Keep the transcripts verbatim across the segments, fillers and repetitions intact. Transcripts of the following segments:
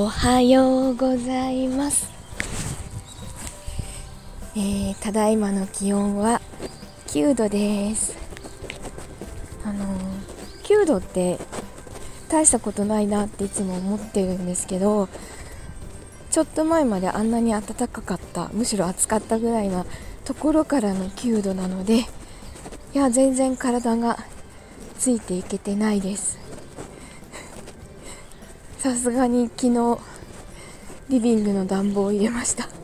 おはようございます。えー、ただいまの気温はきゅうどです。あのー、きゅうどって大したことないなっていつも思ってるんですけど、ちょっと前まであんなに暖かかった、むしろ暑かったぐらいなところからのきゅうどなので、いや全然体がついていけてないです。さすがに昨日リビングの暖房を入れました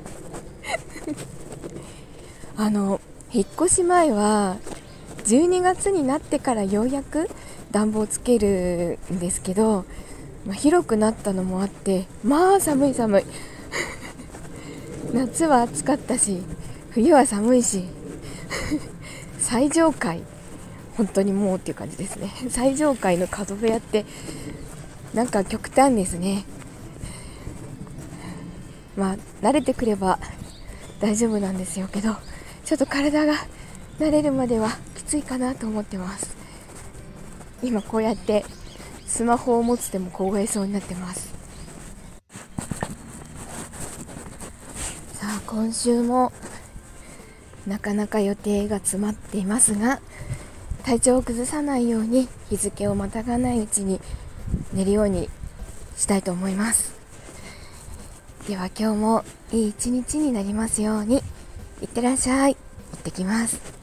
あの引っ越し前はじゅうにがつになってからようやく暖房つけるんですけど、まあ、広くなったのもあってまあ寒い寒い夏は暑かったし冬は寒いし最上階、本当にもうっていう感じですね。最上階の角部屋ってなんか極端ですね。まあ慣れてくれば大丈夫なんですよけど、ちょっと体が慣れるまではきついかなと思ってます。今こうやってスマホを持つでも凍えそうになってます。さあ今週もなかなか予定が詰まっていますが、体調を崩さないように日付をまたがないうちに寝るようにしたいと思います。では今日もいい一日になりますように。いってらっしゃい。行ってきます。